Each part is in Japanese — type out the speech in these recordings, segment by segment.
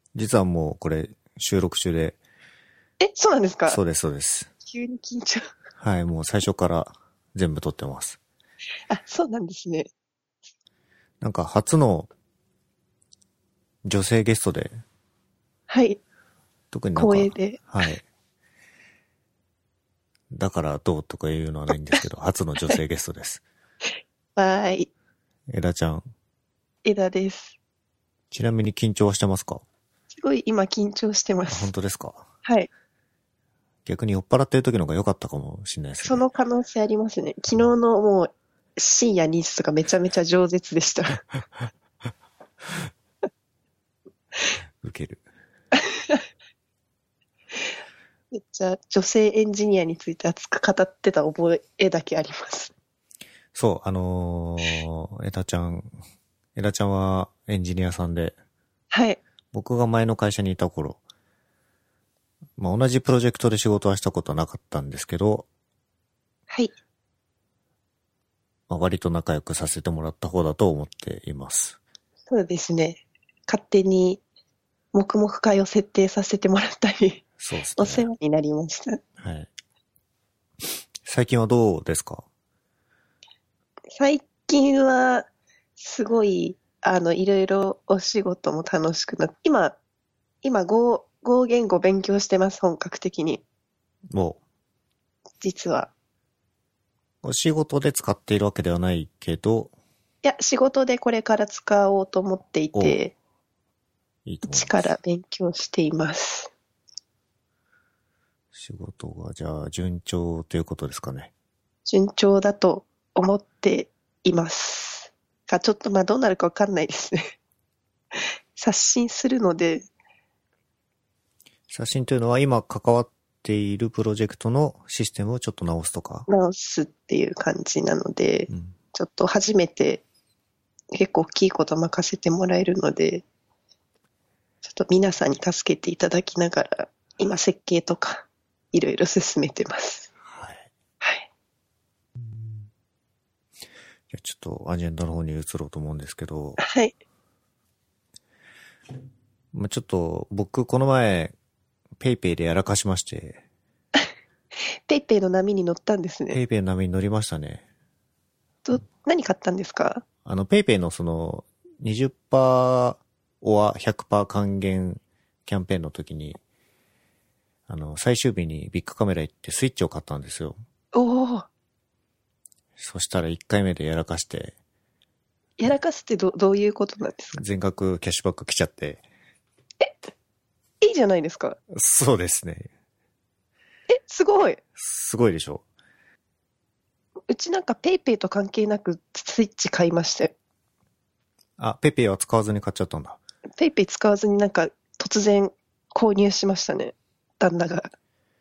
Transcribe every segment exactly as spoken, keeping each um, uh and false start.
実はもうこれ収録中で。 え、そうなんですか？ そうです、そうです。 急に緊張。 はい、もう最初から全部撮ってます。 あ、そうなんですね。 なんか初の女性ゲストで。 はい。 特になんか、 光栄で。 はい。だからどうとかいうのはないんですけど、初の女性ゲストです。 わーい。 枝ちゃん。 枝です。 ちなみに緊張はしてますか？ すごい今緊張してまあ、本す。 当ですか？ はい。 逆に酔っ払ってる時の方が良かったかもしれないですね。 その可能性ありますね。昨日のもう深夜にじとかめちゃめちゃ饒舌でした。 ウケる。 めっちゃ女性エンジニアについて熱く語ってた覚えだけあります。 そう、あのー、枝ちゃん、枝ちゃんはエンジニアさんで、 はい。 僕が前の会社にいた頃、まあ、同じプロジェクトで仕事はしたことはなかったんですけど、 はい。 まあ、割と仲良くさせてもらった方だと思っています。 そうですね。勝手に黙々会を設定させてもらったり、 そうですね。 お世話になりました。 はい。最近はどうですか？ 最近は、すごい、あの、いろいろお仕事も楽しくなって、今、今、語、語言語勉強してます、本格的に。 も実は。 う、お仕事で使っているわけではないけど、 いや、仕事でこれから使おうと思っていお、 て、 いいと思い一からます。 勉強しています。 仕事がじゃあ順調ということですかね。 順調だと思っています。が、ちょっとまあどうなるかわかんないですね。刷新するので、 刷新というのは今関わっているプロジェクトのシステムをちょっと直すとか。 直すっていう感じなので、 うん、 ちょっと初めて結構大きいこと任せてもらえるので、ちょっと皆さんに助けていただきながら、今設計とかいろいろ進めてます。 はい。 はい。 じゃあちょっとアジェンダの方に移ろうと思うんですけど、 はい。 まあ、ちょっと僕この前ペイペイでやらかしまして、 ペイペイの波に乗ったんですね。 ペイペイの波に乗りましたね。 ど、何買ったんですか？ あのペイペイのそのにじゅっパーセントオアひゃくパーセント還元キャンペーンの時に、あの最終日にビッグカメラ行ってスイッチを買ったんですよ。 おー。 そしたらいっかいめでやらかして、 やらかすってど、どういうことなんですか？ 全額キャッシュバック来ちゃって。 いいじゃないですか。 そうですね。 え、すごい。 すごいでしょ？ うちなんかペイペイと関係なくスイッチ買いましたよ。 あ、ペイペイは使わずに買っちゃったんだ。 ペイペイ使わずになんか突然購入しましたね。旦那が。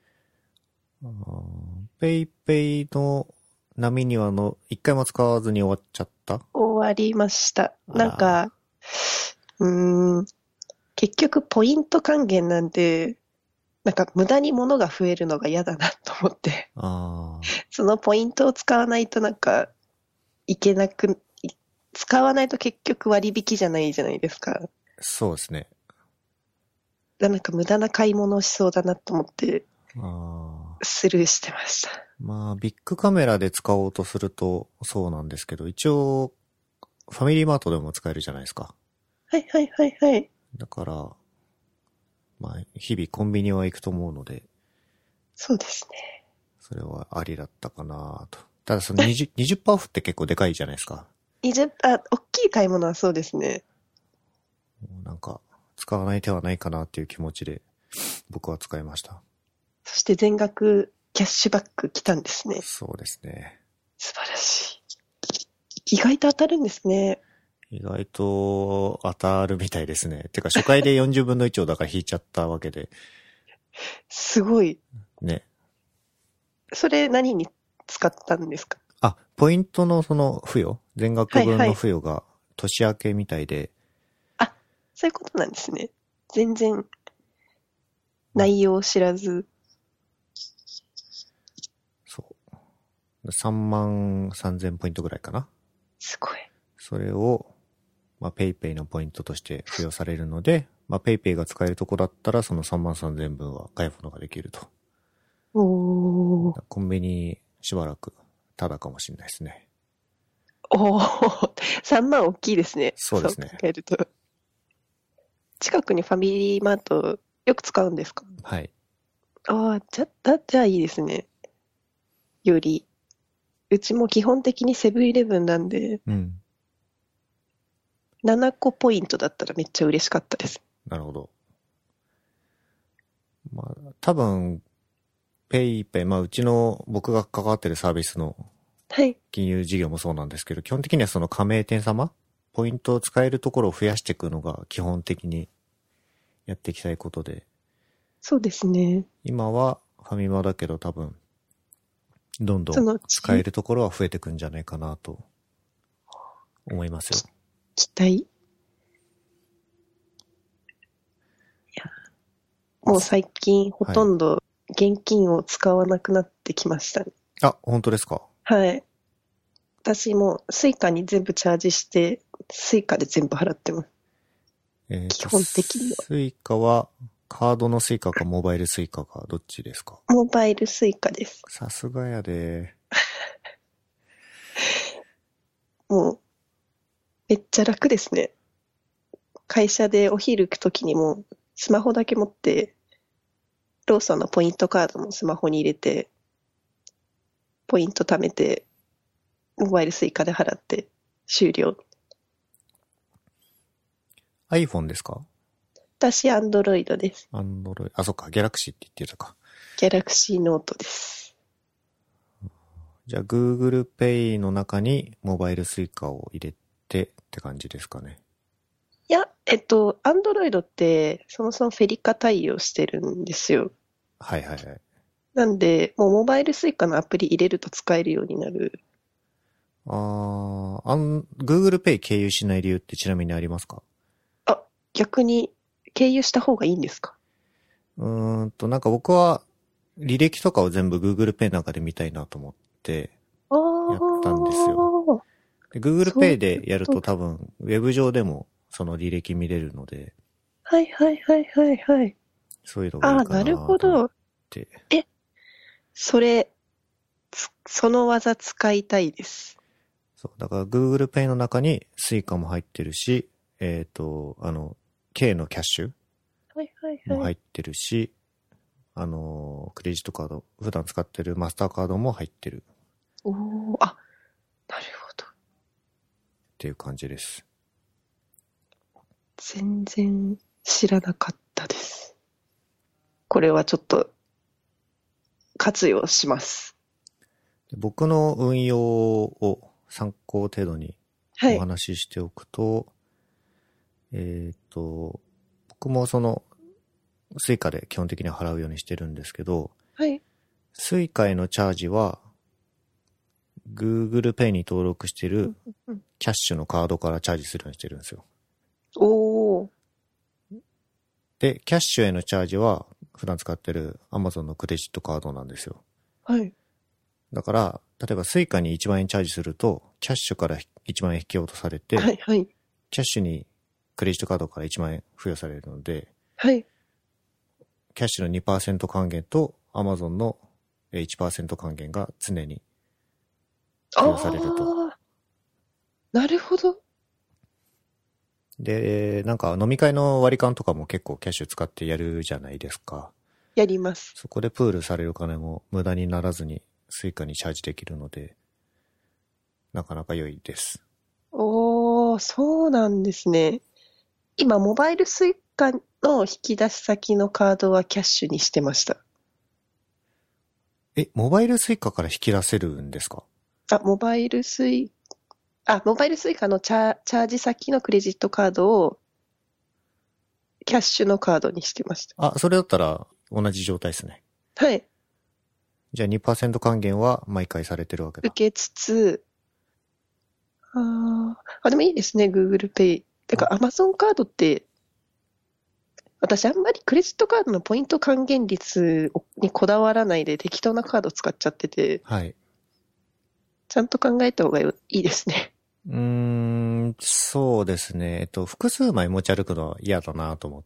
ペイペイの波にはの、一回も使わずに終わっちゃった？ 終わりました。 あら。 なんか、うーん、結局ポイント還元なんで、なんか無駄に物が増えるのが嫌だなと思って、 ああ。 そのポイントを使わないとなんかいけなく、い使わないと結局割引じゃないじゃないですか。 そうですね。 だなんか無駄な買い物をしそうだなと思ってああ。 スルーしてました。 まあ、ビッグカメラで使おうとするとそうなんですけど、一応、ファミリーマートでも使えるじゃないですか。 はいはいはいはい。 だから、まあ、日々コンビニは行くと思うので、 そうですね。 それはありだったかなと。ただそのにじゅう、にじゅっパーセントオフって結構でかいじゃないですか。 にじゅう、あ、大きい買い物はそうですね。 なんか、使わない手はないかなっていう気持ちで、僕は使いました。 そして全額キャッシュバック来たんですね。 そうですね。 素晴らしい。意外と当たるんですね。 意外と当たるみたいですね。てか初回でよんじゅうぶんのいちをだから引いちゃったわけで。 すごい。 ね。 それ何に使ったんですか？ あ、ポイントのその付与全額分のはいはい。 付与が年明けみたいで。 あ、そういうことなんですね。全然内容を知らず。 そう。さんまんさんぜんポイントぐらいかな。 すごい。 それをまあ、ペイペイのポイントとして付与されるので、まあ、ペイペイが使えるとこだったら、そのさんまんさんぜんぶんは買い物ができると。 おー。 コンビニしばらくタダかもしれないですね。 おー。さんまん大きいですね。 そうですね。 そう考えると。近くにファミリーマートよく使うんですか？ はい。 ああ、じゃ、だ、じゃあいいですね。より。うちも基本的にセブンイレブンなんで、 うん。 ななこポイントだったらめっちゃ嬉しかったです。 なるほど。まあ、多分、ペイペイ、まあ、うちの僕が関わってるサービスのはい。 金融事業もそうなんですけど、基本的にはその加盟店様、ポイントを使えるところを増やしていくのが基本的にやっていきたいことで、 そうですね。 今はファミマだけど多分、どんどんそのうち使えるところは増えていくんじゃないかなと思いますよ。 期待。いや、もう最近ほとんど現金を使わなくなってきましたね。 あ、本当ですか？ はい。私もスイカに全部チャージして、スイカで全部払ってます。 えーと、 基本的にはスイカは、カードのスイカかモバイルスイカかどっちですか？ モバイルスイカです。 さすがやで。 もう、めっちゃ楽ですね。会社でお昼行くときにも、スマホだけ持って、ローソンのポイントカードもスマホに入れて、ポイント貯めて、モバイルスイカで払って終了。 iPhone ですか？ 私、アンドロイドです。 Android、あ、そっか、ギャラクシーって言ってたか。 ギャラクシーノートです。 じゃあ Google Pay の中にモバイルスイカを入れてって感じですかね。 いや、えっと、アンドロイドってそもそもフェリカ対応してるんですよ。 はいはいはい。 なんで、もうモバイルスイカのアプリ入れると使えるようになる。 あー、あん、Google Pay 経由しない理由ってちなみにありますか？ あ、逆に経由した方がいいんですか？ うーんと、なんか僕は履歴とかを全部 Google Pay なんかで見たいなと思ってあやったんですよ。で Google そういう Pay でやると多分、ウェブ上でもその履歴見れるので、 はいはいはいはいはい。 そういうのがいいああ、なるかなと思っほど。 て。 え、それ、つその技使いたいです。 そう。だから Google Pay の中に Suica も入ってるし、えっと、あの、K のキャッシュはいはいもはい。 入ってるし、あの、クレジットカード、普段使ってるマスターカードも入ってるおー、あ、なるほど。 っていう感じです。 全然知らなかったです。これはちょっと活用します。 で僕の運用を参考程度にはい。 お話ししておくと、えっと、僕もその、スイカで基本的には払うようにしてるんですけど、 はい。 スイカへのチャージは、Google Pay に登録してるうん、 キャッシュのカードからチャージするようにしてるんですよ。 おー。 で、キャッシュへのチャージは、普段使ってる Amazon のクレジットカードなんですよ。 はい。 だから、例えばスイカにいちまんえんチャージすると、キャッシュからいちまんえん引き落とされて、 はいはい。 キャッシュにクレジットカードからいちまんえん付与されるので、 はい。 キャッシュの にパーセント 還元と Amazon の いちパーセント 還元が常に付与されると。 あー、なるほど。 で、なんか飲み会の割り勘とかも結構キャッシュ使ってやるじゃないですか。 やります。 そこでプールされる金も無駄にならずにスイカにチャージできるので、なかなか良いです。 おー、そうなんですね。今、モバイルスイカの引き出し先のカードはキャッシュにしてました。 え、モバイルスイカから引き出せるんですか？ あ、モバイルスイ、あ、モバイルスイカのチャー、チャージ先のクレジットカードをキャッシュのカードにしてました。 あ、それだったら同じ状態ですね。 はい。 じゃあ にパーセント 還元は毎回されてるわけだ。 受けつつ、あーあ、でもいいですね、Google Pay。てか、Amazon カードって、私あんまりクレジットカードのポイント還元率にこだわらないで適当なカード使っちゃってて、 はい。 ちゃんと考えた方がいいですね。 うーん、 ん、そうですね。えっと、複数枚持ち歩くのは嫌だなと思って。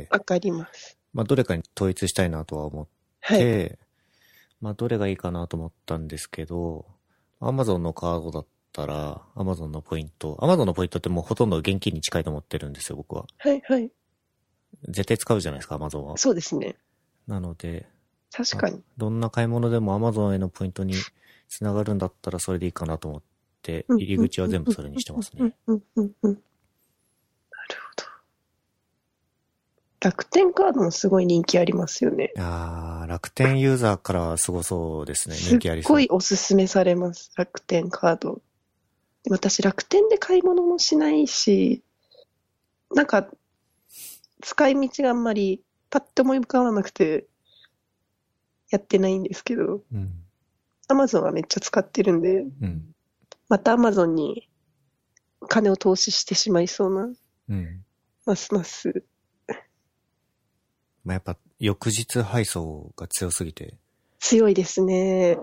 わかります。 まあ、どれかに統一したいなとは思っはい。 て、まあ、どれがいいかなと思ったんですけど、Amazon のカードだったら、Amazon のポイント、Amazon のポイントってもうほとんど現金に近いと思ってるんですよ、僕は。 はいはい。 絶対使うじゃないですか、Amazon は。 そうですね。 なので、 確かに。 どんな買い物でも Amazon へのポイントにつながるんだったらそれでいいかなと思って、 うん入り口は全部それにしてますね。 うんうんうんうん。なるほど。楽天カードもすごい人気ありますよね。 あー、楽天ユーザーからはすごそうですね。 すっ人気ありそう。 ごいおすすめされます、楽天カード。私、楽天で買い物もしないし、なんか、使い道があんまりパッと思い浮かばなくて、やってないんですけど、 うん。 アマゾンはめっちゃ使ってるんで、 うん。 またアマゾンに金を投資してしまいそうな、 うん。 ますます。 まあ、やっぱ、翌日配送が強すぎて。 強いですね。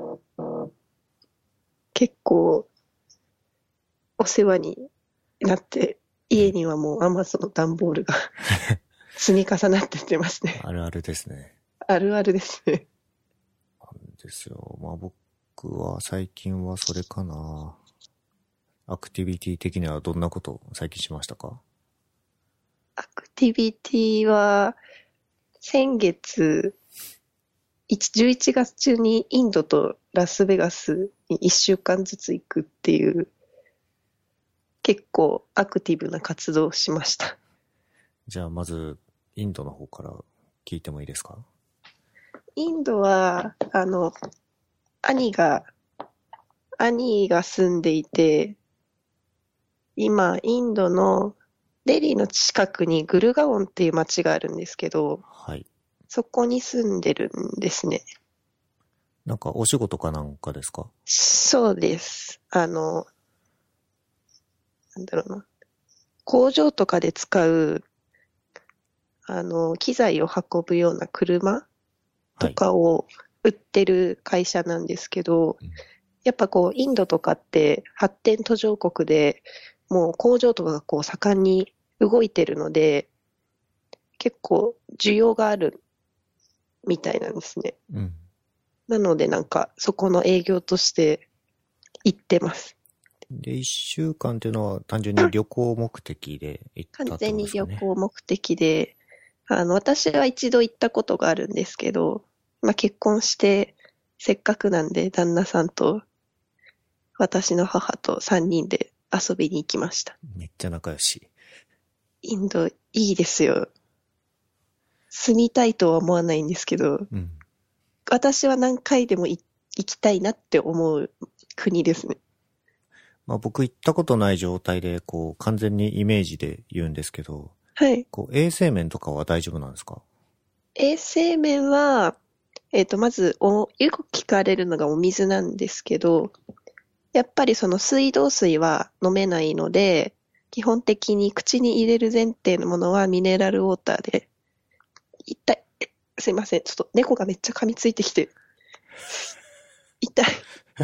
結構、お世話になって、家にはもうアマゾンの段ボールが積み重なってってますね。 あるあるですね。 あるあるですね。 なんですよ。まあ僕は最近はそれかな。アクティビティ的にはどんなこと最近しましたか？ アクティビティは、先月、じゅういちがつ中にインドとラスベガスにいっしゅうかんずつ行くっていう、結構アクティブな活動をしました。 じゃあまず、インドの方から聞いてもいいですか？ インドは、あの、兄が、兄が住んでいて、今、インドのデリーの近くにグルガオンっていう街があるんですけど、 はい。 そこに住んでるんですね。 なんかお仕事かなんかですか？ そうです。あの、なんだろうな。工場とかで使う、あの、機材を運ぶような車とかを売ってる会社なんですけど、 うん、 やっぱこう、インドとかって発展途上国で、もう工場とかがこう盛んに動いてるので、結構需要があるみたいなんですね。 うん。 なのでなんかそこの営業として行ってます。 で、一週間っていうのは単純に旅行目的で行ったってことですかね。 完全に旅行目的で、あの、私は一度行ったことがあるんですけど、まあ結婚してせっかくなんで旦那さんと私の母とさんにんで遊びに行きました。 めっちゃ仲良し。 インドいいですよ。住みたいとは思わないんですけど、 うん。 私は何回でも行きたいなって思う国ですね。 まあ僕行ったことない状態で、こう、完全にイメージで言うんですけど、 はい。 こう、衛生面とかは大丈夫なんですか？ 衛生面は、えっと、まずお、よく聞かれるのがお水なんですけど、やっぱりその水道水は飲めないので、基本的に口に入れる前提のものはミネラルウォーターで、痛い。すいません。ちょっと猫がめっちゃ噛みついてきて。痛い。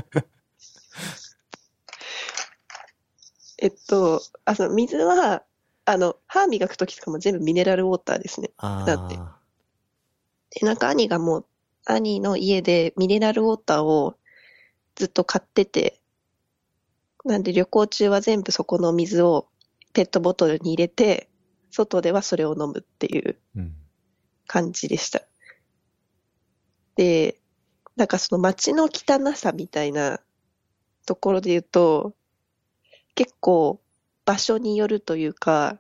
えっと、あ、その水は、あの、歯磨くときとかも全部ミネラルウォーターですね。なんで。 あで、なんか兄がもう、兄の家でミネラルウォーターをずっと買ってて、なんで旅行中は全部そこの水をペットボトルに入れて、外ではそれを飲むっていうー、うん。 感じでした。で、なんかその街の汚さみたいなところで言うと、結構場所によるというか、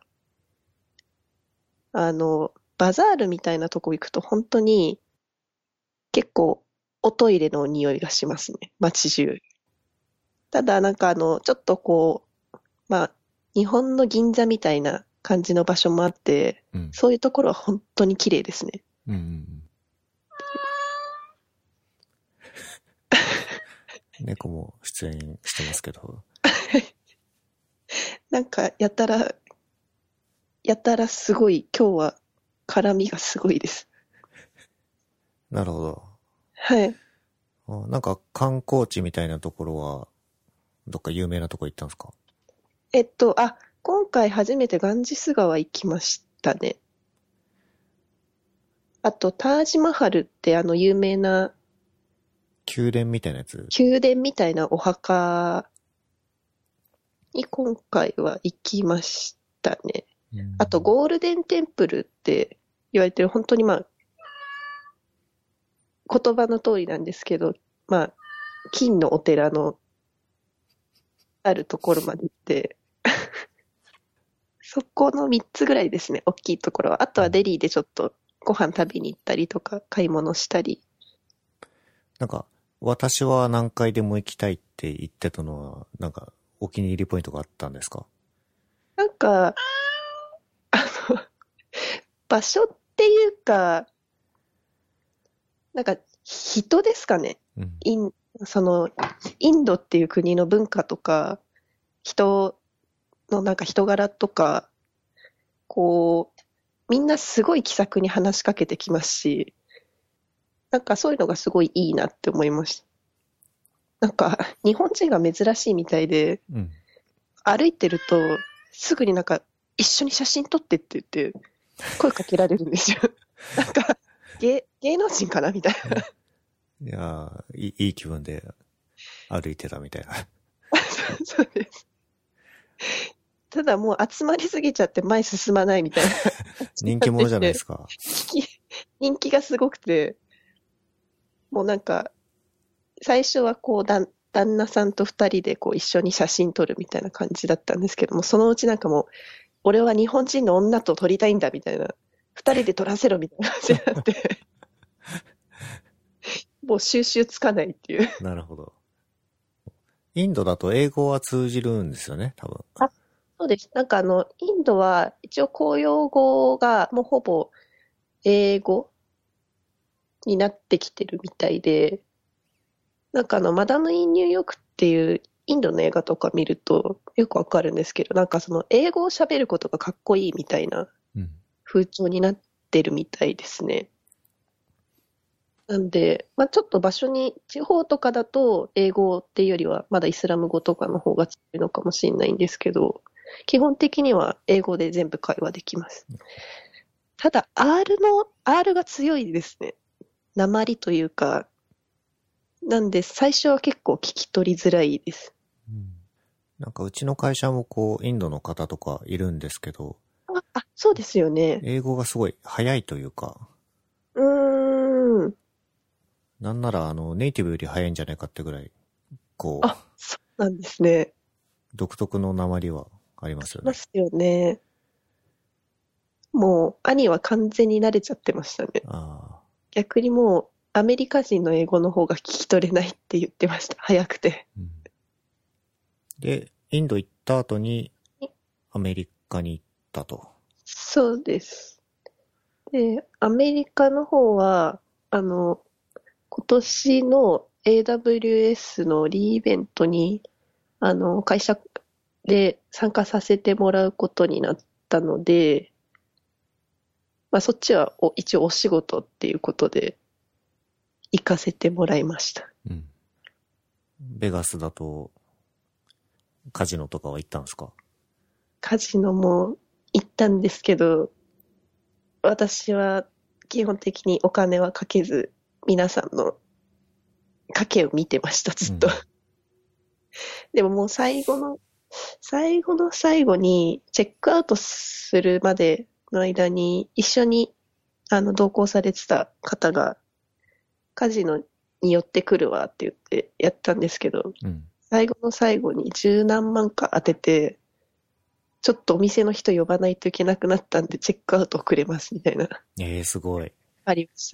あの、バザールみたいなとこ行くと本当に結構おトイレの匂いがしますね。街中。ただなんかあの、ちょっとこう、まあ、日本の銀座みたいな感じの場所もあって、 うん。 そういうところは本当に綺麗ですね。 うんうんうん猫も出演してますけど。 なんかやたら、やたらすごい、今日は絡みがすごいです。 なるほど。 はい。 あ、なんか観光地みたいなところは、どっか有名なとこ行ったんですか？ えっと、あ、 今回初めてガンジス川行きましたね。あと、タージマハルってあの有名な宮殿みたいなやつ。 宮殿みたいなお墓に今回は行きましたね。 うんあと、ゴールデンテンプルって言われてる、本当にまあ、言葉の通りなんですけど、まあ、金のお寺のあるところまで行って、そこのみっつぐらいですね、大きいところは。あとはデリーでちょっとご飯食べに行ったりとか、買い物したり。 なんか、私は何回でも行きたいって言ってたのは、なんか、お気に入りポイントがあったんですか？ なんか、あの、場所っていうか、なんか、人ですかね。 うん。 イン、その、インドっていう国の文化とか、人のなんか人柄とか、こう、みんなすごい気さくに話しかけてきますし、なんかそういうのがすごいいいなって思いました。なんか、日本人が珍しいみたいで、 うん。 歩いてると、すぐになんか、一緒に写真撮ってって言って、声かけられるんですよ。なんか、芸、芸能人かなみたいな。 いやーいい、いい気分で歩いてたみたいな。 そうです。ただもう集まりすぎちゃって前進まないみたいな。 人気者じゃないですか。 人気人気がすごくて、もうなんか、最初はこう、だん旦那さんと二人でこう一緒に写真撮るみたいな感じだったんですけども、そのうちなんかもう、俺は日本人の女と撮りたいんだみたいな、二人で撮らせろみたいな感じになって、もう収集つかないっていう。 なるほど。インドだと英語は通じるんですよね、多分。 あ、そうです。なんかあの、インドは一応公用語がもうほぼ英語になってきてるみたいで、なんかあの、マダム・イン・ニューヨークっていうインドの映画とか見るとよくわかるんですけど、なんかその英語を喋ることがかっこいいみたいなうん。 風潮になってるみたいですね。なんで、まあちょっと場所に、地方とかだと英語っていうよりはまだイスラム語とかの方が強いのかもしれないんですけど、基本的には英語で全部会話できます。ただ R の、R が強いですね。訛りというか、なんで最初は結構聞き取りづらいです。 うんなんかうちの会社もこう、インドの方とかいるんですけど、 あ、あ、そうですよね。 英語がすごい早いというか、 うーん。 なんならあの、ネイティブより早いんじゃないかってぐらい、こう、 あ、そうなんですね。 独特の訛りはありますよね。 いますよね。もう、兄は完全に慣れちゃってましたね。 ああ。 逆にもう、アメリカ人の英語の方が聞き取れないって言ってました。早くて。 うんで、インド行った後にアメリカに行ったと。 そうです。で、アメリカの方は、あの、今年の エーダブリューエス のリーイベントに、あの、会社で参加させてもらうことになったので、まあそっちはお一応お仕事っていうことで行かせてもらいました。 うん。ベガスだと、カジノとかは行ったんですか？ カジノも行ったんですけど、私は基本的にお金はかけず、皆さんの賭けを見てました、ずっと。 うんでももう最後の、最後の最後にチェックアウトするまでの間に一緒にあの同行されてた方がカジノに寄ってくるわって言ってやったんですけど、 うん。 最後の最後に十何万か当てて、ちょっとお店の人呼ばないといけなくなったんでチェックアウト遅れますみたいな、 ええー、すごい。 ありました。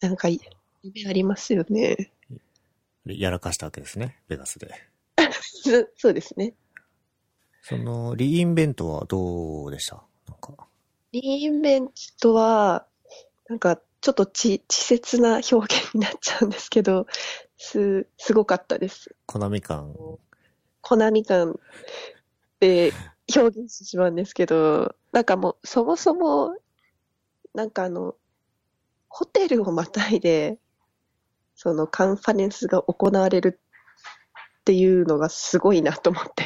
なんか夢ありますよね。 やらかしたわけですね、ベガスで。 そそうですね。 その、リインベントはどうでした？なんか。 リインベントは、なんかちょっとち稚拙な表現になっちゃうんですけど、す、すごかったです。 コナミ感。 コナミ感で表現してしまうんですけど、なんかもうそもそも、なんかあの、ホテルをまたいで、そのカンファレンスが行われるっていうのがすごいなと思って。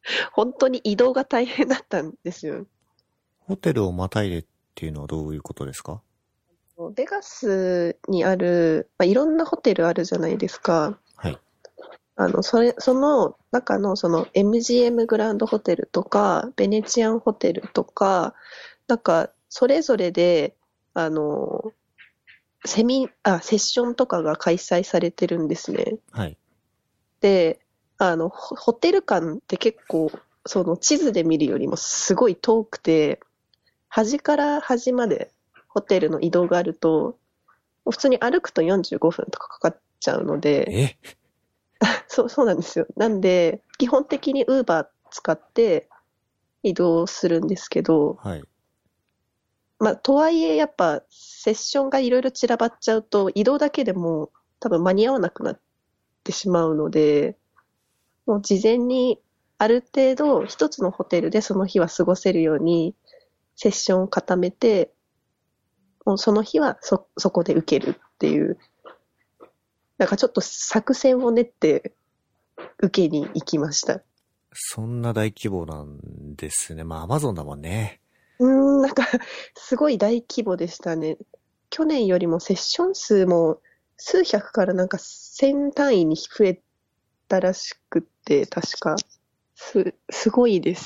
本当に移動が大変だったんですよ。 ホテルをまたいでっていうのはどういうことですか？ ベガスにある、まあ、いろんなホテルあるじゃないですか。 はい。 あの、それ、その中のその エムジーエム グランドホテルとか、ベネチアンホテルとか、なんか、それぞれで、あの、セミ、あ、セッションとかが開催されてるんですね。 はい。 で、あの、ホホテル間って結構、その地図で見るよりもすごい遠くて、端から端までホテルの移動があると、普通に歩くとよんじゅうごふんとかかかっちゃうので、 えそう、そうなんですよ。なんで、基本的に Uber 使って移動するんですけど、 はい。 まあ、とはいえ、やっぱ、セッションがいろいろ散らばっちゃうと、移動だけでも多分間に合わなくなってしまうので、もう事前にある程度一つのホテルでその日は過ごせるようにセッションを固めて、もうその日はそ、そこで受けるっていう、なんかちょっと作戦を練って受けに行きました。 そんな大規模なんですね。まあ、アマゾンだもんね。 うーん、なんかすごい大規模でしたね。去年よりもセッション数も数百からなんか千単位に増えたらしくって、確か。す、すごいです。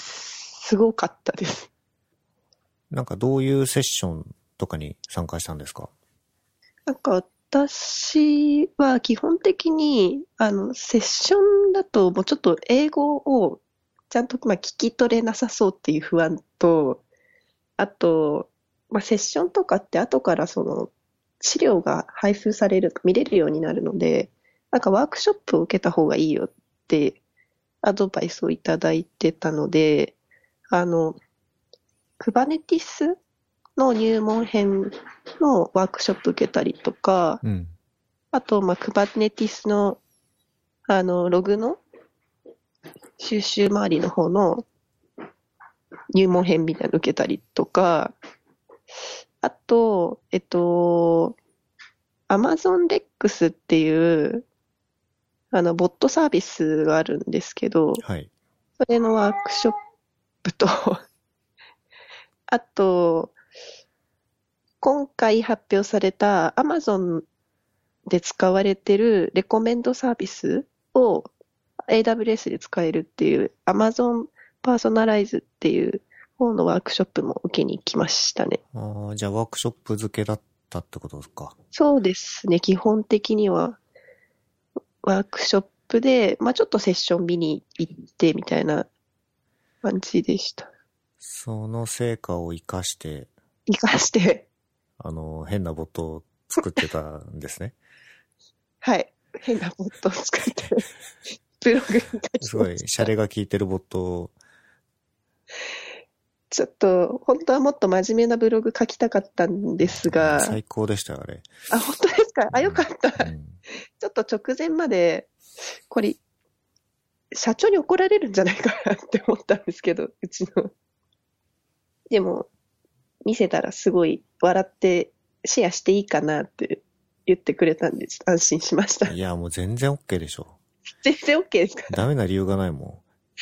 すごかったです。 なんかどういうセッションとかに参加したんですか？ なんか私は基本的に、あの、セッションだともうちょっと英語をちゃんとまあ聞き取れなさそうっていう不安と、あと、まあ、セッションとかって後からその資料が配布される、見れるようになるので、なんかワークショップを受けた方がいいよってアドバイスをいただいてたので、あの、Kubernetes の入門編のワークショップ受けたりとか、 うん。 あと、まあ、Kubernetes の、あの、ログの収集周りの方の入門編みたいなの受けたりとか、あと、えっと、Amazon Lex っていう、あの、ボットサービスがあるんですけど、 はい。 それのワークショップと、あと、今回発表された Amazon で使われてるレコメンドサービスを エーダブリューエス で使えるっていう Amazon パーソナライズっていう方のワークショップも受けに来ましたね。 ああ、じゃあワークショップ付けだったってことですか？ そうですね。基本的にはワークショップで、まあちょっとセッション見に行ってみたいな感じでした。 その成果を活かして、 活かして、 あの、変なボットを作ってたんですね。 はい。変なボットを使って、ブログに書きました。 すごい、シャレが効いてるボットを。 ちょっと、本当はもっと真面目なブログ書きたかったんですが、 最高でしたよ、あれ。 あ、本当ですか？あ、よかった。 うん。 ちょっと直前まで、これ、社長に怒られるんじゃないかなって思ったんですけど、うちの。でも、見せたらすごい笑ってシェアしていいかなって言ってくれたんで、安心しました。 いや、もう全然 OK でしょ。 全然 OK ですか？ ダメな理由がないも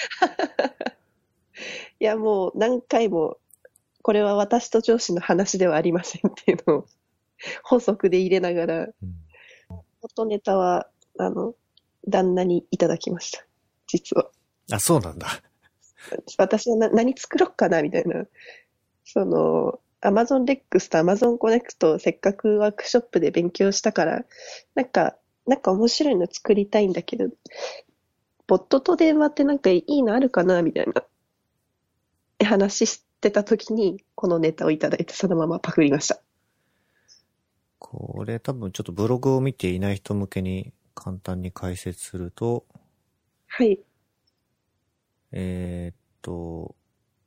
いや、もう何回も、これは私と上司の話ではありませんっていうのを補足で入れながら、 ん。うん、 元ネタは、あの、旦那にいただきました。実は。 あ、そうなんだ。 私はな何作ろうかなみたいな。その、Amazon Lex と Amazon Connect をせっかくワークショップで勉強したから、なんか、なんか面白いの作りたいんだけど、ボットと電話ってなんかいいのあるかなみたいな話してた時に、このネタをいただいてそのままパクりました。 これ多分ちょっとブログを見ていない人向けに簡単に解説すると、 はい。 えーっと、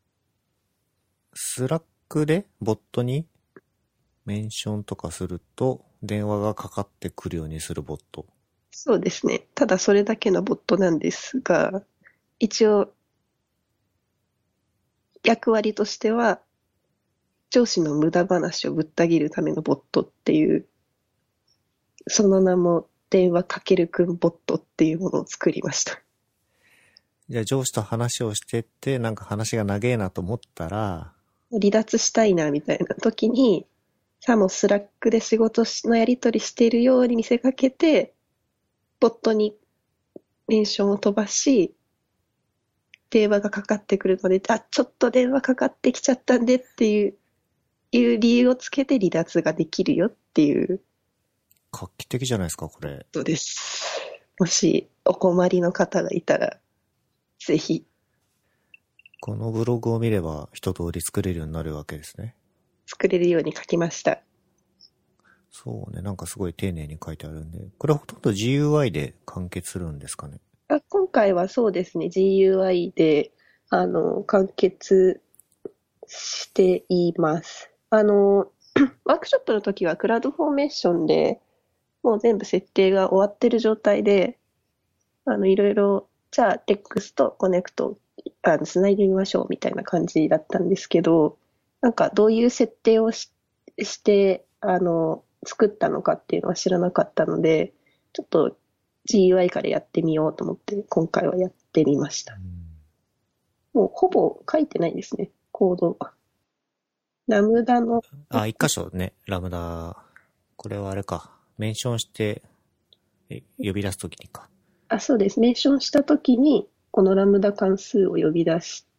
スラックでボットにメンションとかすると電話がかかってくるようにするボット。 そうですね。ただそれだけのボットなんですが、一応、役割としては、上司の無駄話をぶった切るためのボットっていう、その名も電話かけるくんボットっていうものを作りました。 じゃあ上司と話をしてって、なんか話が長えなと思ったら、 離脱したいなみたいな時に、さもスラックで仕事のやり取りしているように見せかけて、ボットにメンションを飛ばし、電話がかかってくるので、あ、ちょっと電話かかってきちゃったんでっていう、いう理由をつけて離脱ができるよっていう画期的じゃないですか、これ。 ことです。もしお困りの方がいたら、ぜひ。 このブログを見れば一通り作れるようになるわけですね。 作れるように書きました。 そうね、なんかすごい丁寧に書いてあるんで、これはほとんど ジーユーアイ で完結するんですかね。 あ、今回はそうですね、ジーユーアイ で、あの、完結しています。あの、ワークショップの時はクラウドフォーメーションで、もう全部設定が終わってる状態で、あの、いろいろ、じゃあ、テックスとコネクト、あの、つないでみましょうみたいな感じだったんですけど、なんかどういう設定をし、して、あの、作ったのかっていうのは知らなかったので、ちょっと ジーユーアイ からやってみようと思って、今回はやってみました。もうほぼ書いてないですね、コード。ラムダの。 あ、一箇所ね、ラムダ。これはあれか。メンションして、え呼び出すときにか。 あ、そうです。メンションしたときに、このラムダ関数を呼び出して、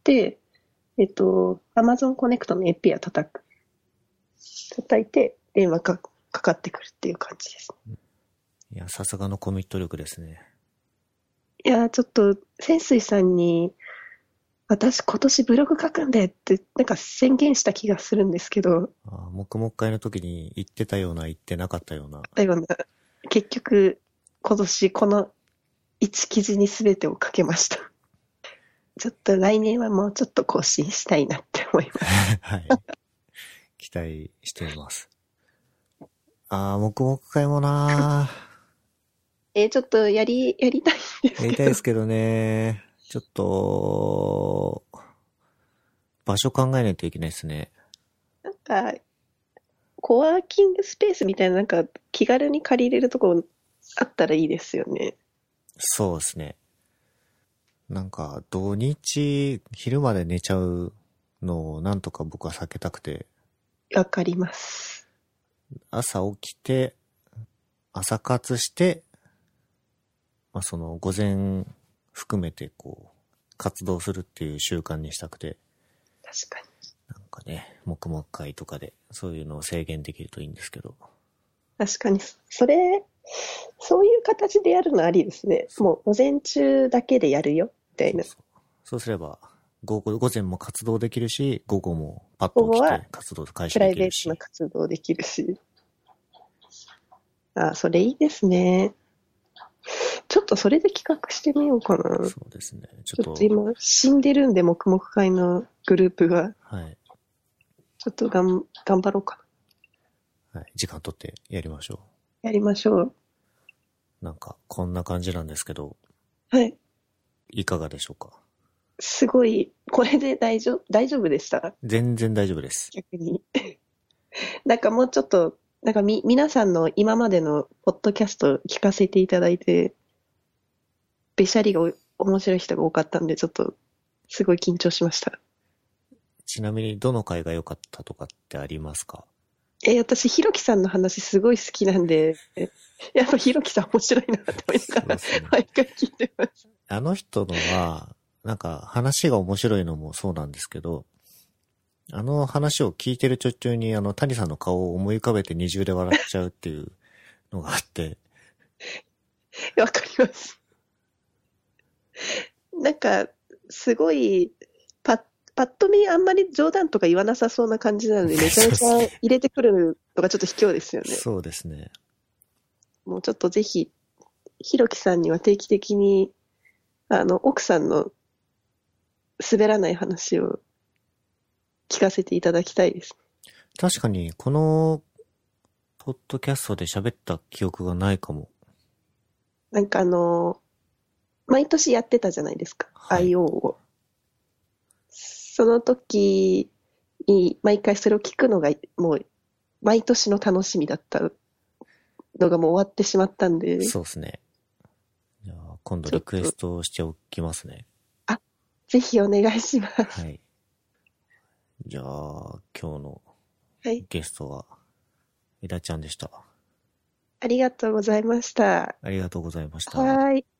えっと、Amazon Connect の エーピーアイ 叩く。叩いて、電話かかかってくるっていう感じです。 いや、さすがのコミット力ですね。 いや、ちょっと、潜水さんに、私今年ブログ書くんでって、なんか宣言した気がするんですけど。 あ、黙々会の時に言ってたような、言ってなかったような。 だよな。結局、今年このいち記事に全てを書けました。ちょっと来年はもうちょっと更新したいなって思います。 はい。期待しています。あー、黙々会もなえー、ちょっとやり、やりたいんですけど。 やりたいですけどね。ちょっと、場所考えないといけないですね。 なんか、コワーキングスペースみたいな、なんか気軽に借りれるとこあったらいいですよね。 そうですね。なんか、土日、昼まで寝ちゃうのをなんとか僕は避けたくて。 わかります。 朝起きて、朝活して、まあ、その午前含めてこう、活動するっていう習慣にしたくて。 確かに。 なんかね、黙々会とかでそういうのを制限できるといいんですけど。 確かに、それ、そういう形でやるのありですね。もう午前中だけでやるよ、みたいな。 そうそう。そうすれば、午後、午前も活動できるし、午後もパッと起きて活動開始プライできるし。 ベートな活動できるし。あ、それいいですね。ちょっとそれで企画してみようかな。 そうですね。ちちょっと。 ょっと今、死んでるんで、黙々会のグループが。 はい。 ちょっとがん、頑張ろうかな。はい。時間取ってやりましょう。やりましょう。 なんか、こんな感じなんですけど。 はい。 いかがでしょうか。 すごい、これで大丈夫、大丈夫でした？ 全然大丈夫です。 逆に。なんかもうちょっと、なんかみ、皆さんの今までのポッドキャスト聞かせていただいて、べしゃりが面白い人が多かったんで、ちょっと、すごい緊張しました。 ちなみに、どの回が良かったとかってありますか？ えー、私、ひろきさんの話すごい好きなんで、やっぱひろきさん面白いなって思いながら、毎回聞いてます。 あの人のは、なんか話が面白いのもそうなんですけど、あの話を聞いてる途中にあの谷さんの顔を思い浮かべて二重で笑っちゃうっていうのがあって。 わかります。なんか、すごい、パッ、パッと見あんまり冗談とか言わなさそうな感じなので、めちゃめちゃ入れてくるのがちょっと卑怯ですよね。 そうですね。 もうちょっとぜひ、ひろきさんには定期的に、あの、奥さんの滑らない話を聞かせていただきたいです。 確かに、この、ポッドキャストで喋った記憶がないかも。 なんかあの、毎年やってたじゃないですか。はい、アイオー を。その時に、毎回それを聞くのが、もう、毎年の楽しみだったのがもう終わってしまったんで。 そうですね。じゃあ、今度リクエストしておきますね。 ぜひお願いします。 はい。じゃあ、今日のはい。 ゲストは、枝ちゃんでした。 ありがとうございました。 ありがとうございました。 はーい。